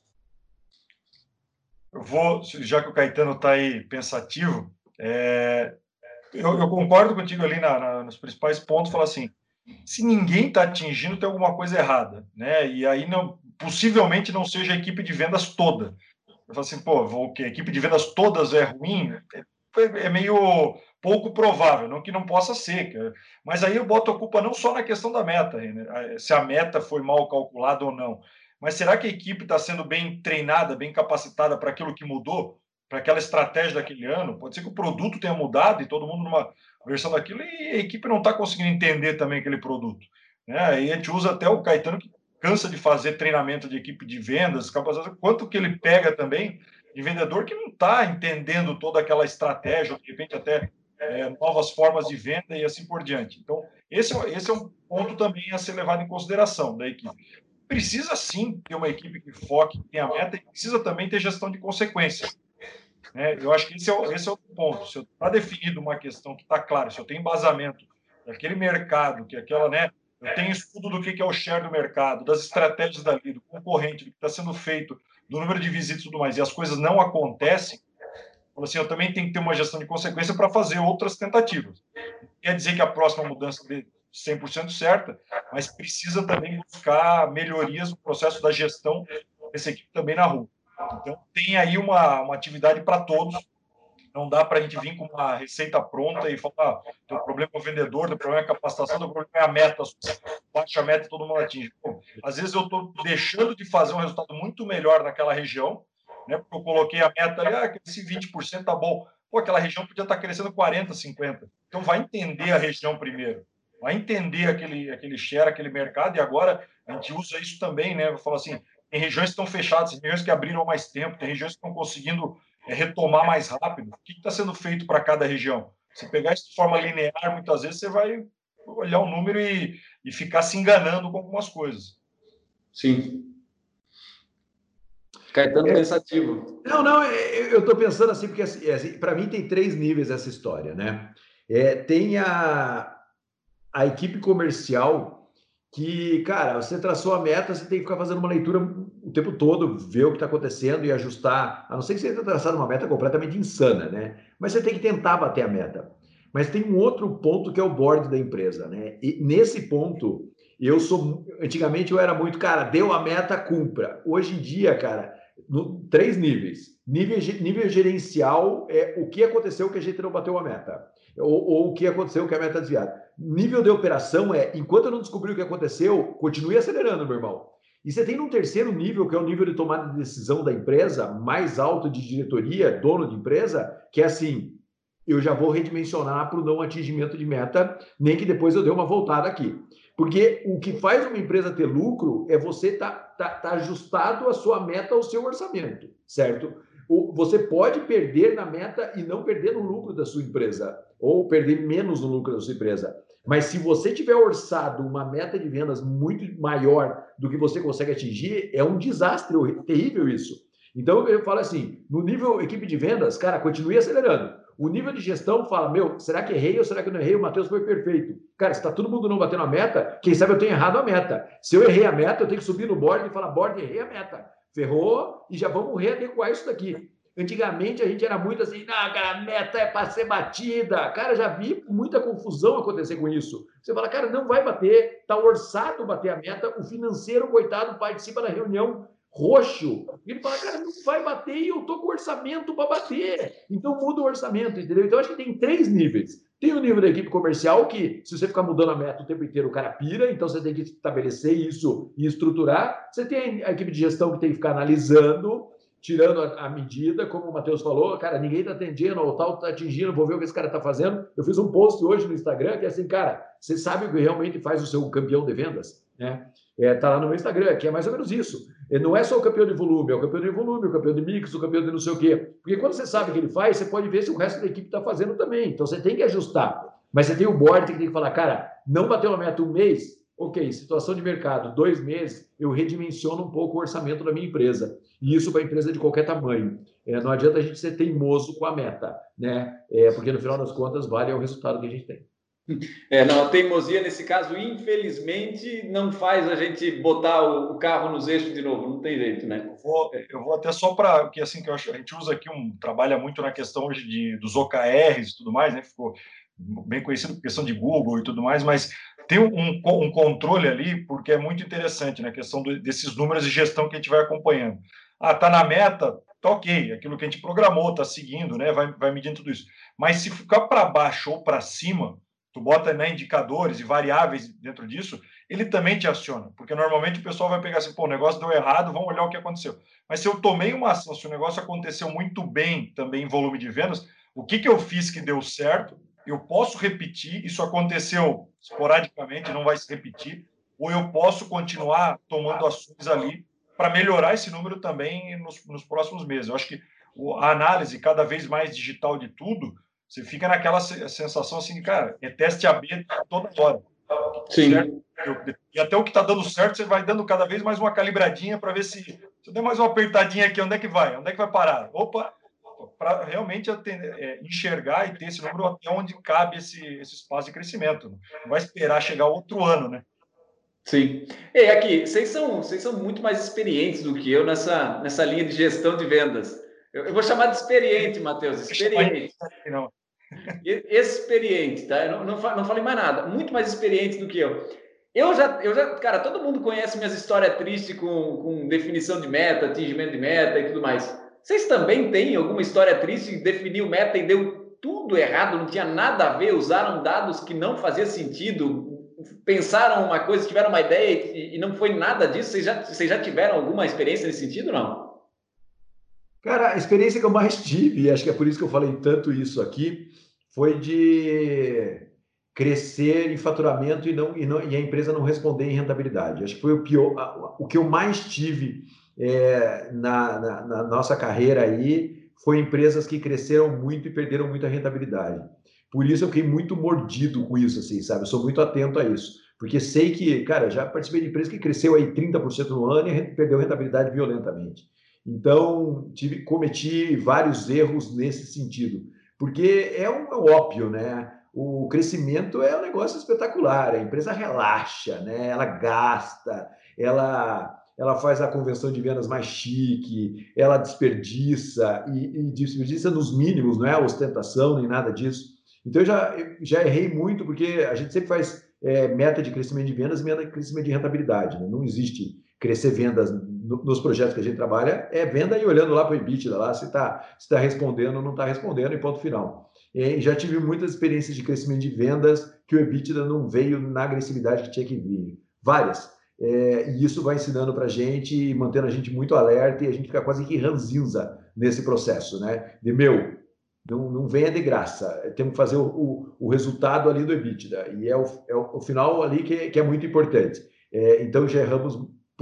Eu vou, já que o Caetano está aí pensativo, eu concordo contigo ali nos principais pontos, falar assim, se ninguém está atingindo, tem alguma coisa errada, né? E aí possivelmente não seja a equipe de vendas toda. Eu falo assim, a equipe de vendas todas é ruim? É meio pouco provável, não que não possa ser, mas aí eu boto a culpa não só na questão da meta, né? Se a meta foi mal calculada ou não, mas será que a equipe está sendo bem treinada, bem capacitada para aquilo que mudou, para aquela estratégia daquele ano? Pode ser que o produto tenha mudado e todo mundo numa versão daquilo e a equipe não está conseguindo entender também aquele produto, né? E a gente usa até o Caetano, que cansa de fazer treinamento de equipe de vendas, quanto que ele pega também de vendedor que não está entendendo toda aquela estratégia, de repente até novas formas de venda e assim por diante. Então, esse é um ponto também a ser levado em consideração da equipe. Precisa sim ter uma equipe que foque, que tenha meta, e precisa também ter gestão de consequências. Eu acho que esse é o ponto. Se está definido uma questão que está clara, se eu tenho embasamento daquele mercado, que aquela, né, eu tenho estudo do que é o share do mercado, das estratégias dali, do concorrente, do que está sendo feito, do número de visitas e tudo mais, e as coisas não acontecem, eu também tenho que ter uma gestão de consequência para fazer outras tentativas. Não quer dizer que a próxima mudança dê 100% certa, mas precisa também buscar melhorias no processo da gestão dessa equipe também na rua. Então, tem aí uma atividade para todos. Não dá para a gente vir com uma receita pronta e falar, o problema é o vendedor, o problema é a capacitação, o problema é a meta, baixa a meta e todo mundo atinge. Às vezes eu estou deixando de fazer um resultado muito melhor naquela região, né, porque eu coloquei a meta ali, esse 20% tá bom. Aquela região podia estar crescendo 40%, 50%. Então, vai entender a região primeiro, vai entender aquele share, aquele mercado, e agora a gente usa isso também, né? Eu falo assim, Tem regiões que estão fechadas, tem regiões que abriram há mais tempo, tem regiões que estão conseguindo retomar mais rápido. O que está sendo feito para cada região? Se pegar isso de forma linear, muitas vezes você vai olhar um número e ficar se enganando com algumas coisas. Sim. Caetano pensativo. Não, eu estou pensando assim, porque assim, para mim tem 3 níveis essa história, né? Tem a equipe comercial que, cara, você traçou a meta, você tem que ficar fazendo uma leitura o tempo todo, ver o que está acontecendo e ajustar, a não ser que você tenha traçado uma meta completamente insana, né? Mas você tem que tentar bater a meta. Mas tem um outro ponto que é o board da empresa, né? E nesse ponto, antigamente eu era muito, cara, deu a meta, cumpra. Hoje em dia, cara, 3 níveis. Nível gerencial é o que aconteceu que a gente não bateu a meta. Ou o que aconteceu que a meta é desviada. Nível de operação é, enquanto eu não descobri o que aconteceu, continue acelerando, meu irmão. E você tem um terceiro nível, que é o nível de tomada de decisão da empresa, mais alto de diretoria, dono de empresa, que é assim, eu já vou redimensionar para o não atingimento de meta, nem que depois eu dê uma voltada aqui. Porque o que faz uma empresa ter lucro é você tá ajustado a sua meta ao seu orçamento, certo? Você pode perder na meta e não perder no lucro da sua empresa, ou perder menos no lucro da sua empresa. Mas se você tiver orçado uma meta de vendas muito maior do que você consegue atingir, é um desastre terrível isso. Então, eu falo assim, no nível equipe de vendas, cara, continue acelerando. O nível de gestão fala, será que errei ou será que não errei? O Matheus foi perfeito. Cara, se está todo mundo não batendo a meta, quem sabe eu tenho errado a meta. Se eu errei a meta, eu tenho que subir no board e falar, board, errei a meta. Ferrou e já vamos readequar isso daqui. Antigamente a gente era muito assim, cara, a meta é para ser batida. Cara, já vi muita confusão acontecer com isso. Você fala, cara, não vai bater, está orçado bater a meta, o financeiro, coitado, participa da reunião roxo. Ele fala, cara, não vai bater e eu tô com orçamento para bater. Então muda o orçamento, entendeu? Então acho que tem 3 níveis. Tem o nível da equipe comercial que, se você ficar mudando a meta o tempo inteiro, o cara pira, então você tem que estabelecer isso e estruturar. Você tem a equipe de gestão que tem que ficar analisando, tirando a medida, como o Matheus falou, cara, ninguém está atendendo, o tal está atingindo, vou ver o que esse cara está fazendo. Eu fiz um post hoje no Instagram que é assim, cara, você sabe o que realmente faz o seu campeão de vendas, né? Tá lá no meu Instagram, que é mais ou menos isso. Não é só o campeão de volume, é o campeão de volume, o campeão de mix, o campeão de não sei o quê. Porque quando você sabe o que ele faz, você pode ver se o resto da equipe está fazendo também. Então você tem que ajustar. Mas você tem o board que tem que falar, cara, não bateu a meta um mês, ok, situação de mercado, 2 meses, eu redimensiono um pouco o orçamento da minha empresa. E isso para empresa de qualquer tamanho. Não adianta a gente ser teimoso com a meta, né? Porque no final das contas vale o resultado que a gente tem. Não, a teimosia nesse caso, infelizmente, não faz a gente botar o carro nos eixos de novo, não tem jeito, né? Eu vou até só para que assim que eu acho, a gente usa aqui trabalha muito na questão hoje dos OKRs e tudo mais, né? Ficou bem conhecido por questão de Google e tudo mais, mas tem um controle ali porque é muito interessante na questão desses números de gestão que a gente vai acompanhando. Tá na meta, tá ok, aquilo que a gente programou, tá seguindo, né? Vai medindo tudo isso. Mas se ficar para baixo ou para cima, tu bota, né, indicadores e variáveis dentro disso, ele também te aciona, porque normalmente o pessoal vai pegar assim, o negócio deu errado, vamos olhar o que aconteceu. Mas se eu tomei uma ação, se o negócio aconteceu muito bem também em volume de vendas, o que eu fiz que deu certo, eu posso repetir, isso aconteceu esporadicamente, não vai se repetir, ou eu posso continuar tomando ações ali para melhorar esse número também nos próximos meses. Eu acho que a análise cada vez mais digital de tudo, você fica naquela sensação assim, cara, é teste AB toda hora. Sim. Certo? E até o que está dando certo, você vai dando cada vez mais uma calibradinha para ver se eu der mais uma apertadinha aqui, onde é que vai? Onde é que vai parar? Opa! Para realmente enxergar e ter esse número até onde cabe esse espaço de crescimento. Não vai esperar chegar outro ano, né? Sim. E aqui, vocês são muito mais experientes do que eu nessa linha de gestão de vendas. Eu vou chamar de experiente, Matheus, experiente. Não. Experiente, tá? Eu não falei mais nada. Muito mais experiente do que eu. Eu já, cara, todo mundo conhece minhas histórias tristes com definição de meta, atingimento de meta e tudo mais. Vocês também têm alguma história triste de definir meta e deu tudo errado, não tinha nada a ver, usaram dados que não fazia sentido, pensaram uma coisa, tiveram uma ideia e não foi nada disso? Vocês já tiveram alguma experiência nesse sentido, não? Cara, a experiência que eu mais tive, e acho que é por isso que eu falei tanto isso aqui, foi de crescer em faturamento e a empresa não responder em rentabilidade. Acho que foi o pior, o que eu mais tive na nossa carreira aí foi empresas que cresceram muito e perderam muita rentabilidade. Por isso eu fiquei muito mordido com isso, assim, sabe? Eu sou muito atento a isso. Porque sei que, cara, já participei de empresa que cresceu aí 30% no ano e perdeu rentabilidade violentamente. Então, cometi vários erros nesse sentido. Porque é um óbvio, né? O crescimento é um negócio espetacular, a empresa relaxa, né? Ela gasta, ela faz a conversão de vendas mais chique, ela desperdiça e desperdiça nos mínimos, não é ostentação nem nada disso. Então, eu já errei muito, porque a gente sempre faz meta de crescimento de vendas e meta de crescimento de rentabilidade. Né? Não existe crescer vendas nos projetos que a gente trabalha, é venda e olhando lá para o EBITDA, lá se está respondendo ou não está respondendo, e ponto final. E já tive muitas experiências de crescimento de vendas que o EBITDA não veio na agressividade que tinha que vir. Várias. E isso vai ensinando para a gente, mantendo a gente muito alerta, e a gente fica quase que ranzinza nesse processo, né? Não venha de graça, temos que fazer o resultado ali do EBITDA, e é o final ali que é muito importante. Então, já erramos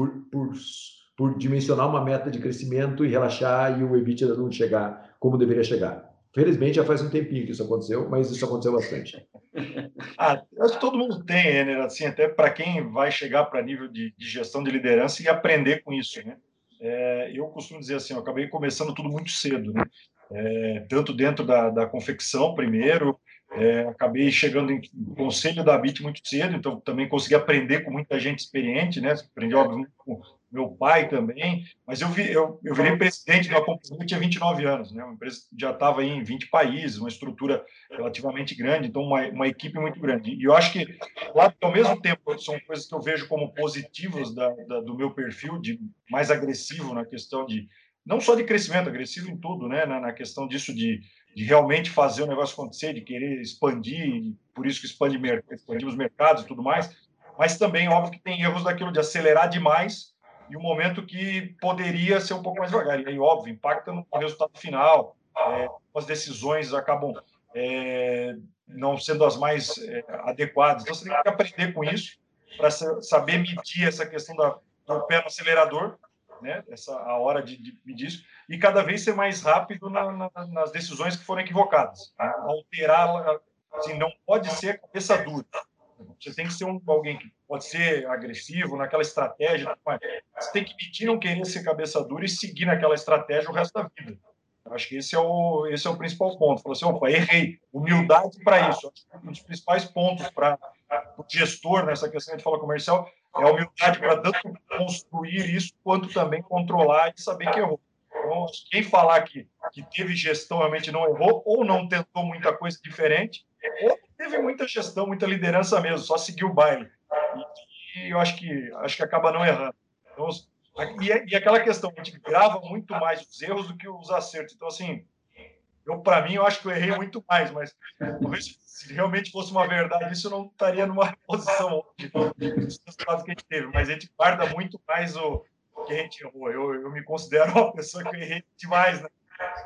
por dimensionar uma meta de crescimento e relaxar, e o EBITDA não chegar como deveria chegar. Felizmente, já faz um tempinho que isso aconteceu, mas isso aconteceu bastante. Acho que todo mundo tem, Enner, assim, até para quem vai chegar para nível de gestão de liderança e aprender com isso, né? Eu costumo dizer assim, eu acabei começando tudo muito cedo, né? Tanto dentro da confecção primeiro, acabei chegando em conselho da BIT muito cedo, então também consegui aprender com muita gente experiente, né? Aprendi, óbvio, com meu pai também, mas eu virei presidente de uma companhia que tinha 29 anos, né? Uma empresa que já estava em 20 países, uma estrutura relativamente grande, então uma equipe muito grande. E eu acho que, lá, ao mesmo tempo, são coisas que eu vejo como positivas do meu perfil, de mais agressivo na questão de não só de crescimento, agressivo em tudo, né? Na questão disso de realmente fazer o negócio acontecer, de querer expandir, por isso que expandir os mercados e tudo mais, mas também, óbvio, que tem erros daquilo de acelerar demais e um momento que poderia ser um pouco mais devagar. E aí, óbvio, impacta no resultado final, as decisões acabam não sendo as mais adequadas. Então, você tem que aprender com isso para saber medir essa questão do pé no acelerador, né? A hora de medir isso, e cada vez ser mais rápido nas decisões que forem equivocadas. Né? Alterar, assim, não pode ser cabeça dura. Você tem que ser alguém que pode ser agressivo naquela estratégia, mas você tem que medir, não querer ser cabeça dura e seguir naquela estratégia o resto da vida. Eu acho que esse é o principal ponto. Falou assim, opa, errei. Humildade para isso. Acho que um dos principais pontos para o gestor nessa questão de fala comercial é a humildade para tanto construir isso, quanto também controlar e saber que errou. Então, quem falar que teve gestão realmente não errou, ou não tentou muita coisa diferente, ou teve muita gestão, muita liderança mesmo, só seguiu o baile. E eu acho que acaba não errando. Então, e aquela questão, a gente grava muito mais os erros do que os acertos. Então, assim, para mim, eu acho que eu errei muito mais, mas talvez se realmente fosse uma verdade, isso eu não estaria numa posição hoje dos resultados que a gente teve, mas a gente guarda muito mais o que a gente errou. Eu me considero uma pessoa que eu errei demais, né?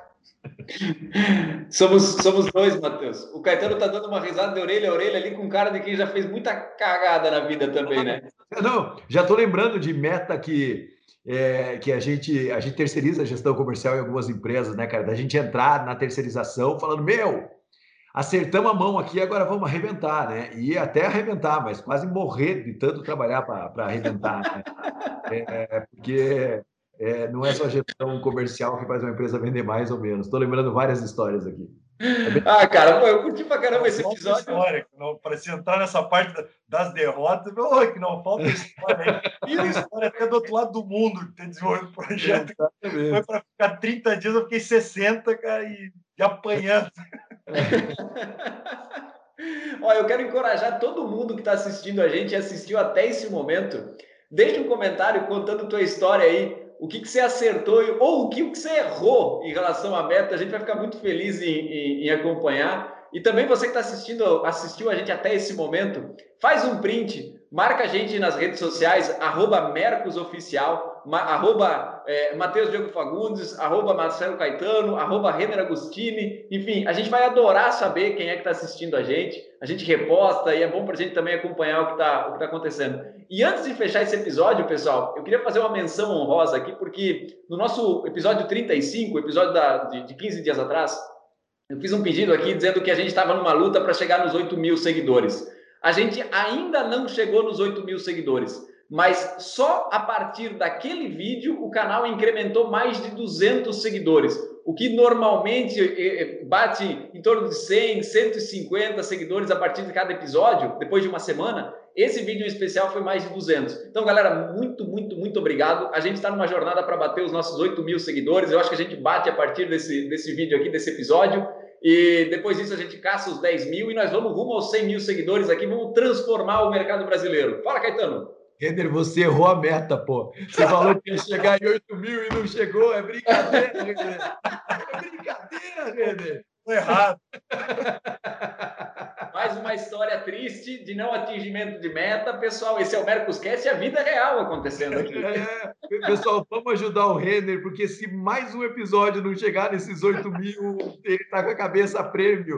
Somos dois, Matheus. O Caetano tá dando uma risada de orelha a orelha ali com cara de quem já fez muita cagada na vida também, né? Não, já estou lembrando de meta que a gente terceiriza a gestão comercial em algumas empresas, né, cara? Da gente entrar na terceirização falando, acertamos a mão aqui, agora vamos arrebentar, né? E até arrebentar, mas quase morrer de tanto trabalhar para arrebentar, né? Porque não é só gestão comercial que faz uma empresa vender mais ou menos. Estou lembrando várias histórias aqui. Ah, cara, pô, eu curti pra caramba esse episódio. História, para se entrar nessa parte das derrotas, que não falta história aí. Tem história até do outro lado do mundo que tem desenvolvido o projeto. Foi para ficar 30 dias, eu fiquei 60, cara, e apanhando. Olha, eu quero encorajar todo mundo que está assistindo a gente e assistiu até esse momento. Deixe um comentário contando tua história aí. O que você acertou ou o que você errou em relação à meta. A gente vai ficar muito feliz em acompanhar. E também você que assistiu a gente até esse momento, faz um print, marca a gente nas redes sociais, @mercosoficial, Matheus Diego Fagundes, @Marcelo Caetano, @Renner Agostini. Enfim, a gente vai adorar saber quem é que está assistindo a gente reposta e é bom para a gente também acompanhar o que tá acontecendo. E antes de fechar esse episódio, pessoal, eu queria fazer uma menção honrosa aqui, porque no nosso episódio 35, episódio de 15 dias atrás, eu fiz um pedido aqui dizendo que a gente estava numa luta para chegar nos 8.000 seguidores. A gente ainda não chegou nos 8.000 seguidores, mas só a partir daquele vídeo o canal incrementou mais de 200 seguidores, o que normalmente bate em torno de 100, 150 seguidores a partir de cada episódio, depois de uma semana. Esse vídeo em especial foi mais de 200. Então, galera, muito, muito, muito obrigado. A gente está numa jornada para bater os nossos 8.000 seguidores. Eu acho que a gente bate a partir desse vídeo aqui, desse episódio. E depois disso a gente caça os 10.000 e nós vamos rumo aos 100.000 seguidores aqui. Vamos transformar o mercado brasileiro. Fala, Caetano. Renner, você errou a meta, pô. Você falou que ia chegar em 8.000 e não chegou. É brincadeira, Renner. É brincadeira, Renner. Tô errado. Mais uma história triste de não atingimento de meta, pessoal. Esse é o Mercoscast e a vida real acontecendo aqui. Pessoal, vamos ajudar o Renner, porque se mais um episódio não chegar nesses 8.000, ele tá com a cabeça a prêmio.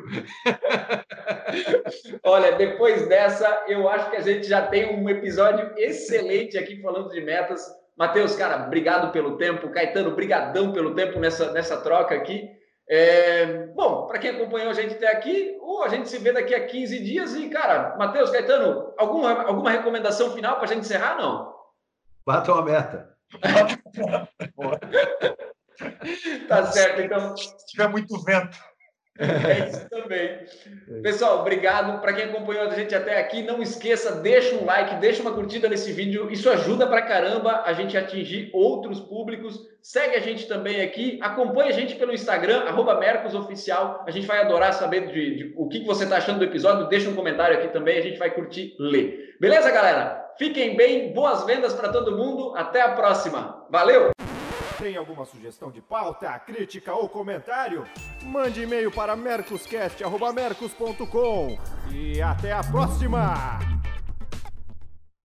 Olha, depois dessa, eu acho que a gente já tem um episódio excelente aqui falando de metas. Matheus, cara, obrigado pelo tempo. Caetano, brigadão pelo tempo nessa troca aqui. Bom, para quem acompanhou a gente até aqui, a gente se vê daqui a 15 dias e, cara, Matheus, Caetano, alguma recomendação final para a gente encerrar, não? Batam a meta. Tá certo, então. Se tiver muito vento. É isso também. Pessoal, obrigado. Para quem acompanhou a gente até aqui, não esqueça, deixa um like, deixa uma curtida nesse vídeo. Isso ajuda pra caramba a gente atingir outros públicos. Segue a gente também aqui. Acompanhe a gente pelo Instagram, @MercosOficial. A gente vai adorar saber de o que você está achando do episódio. Deixa um comentário aqui também. A gente vai curtir ler. Beleza, galera? Fiquem bem. Boas vendas para todo mundo. Até a próxima. Valeu! Tem alguma sugestão de pauta, crítica ou comentário? Mande e-mail para mercoscast@mercos.com. E até a próxima!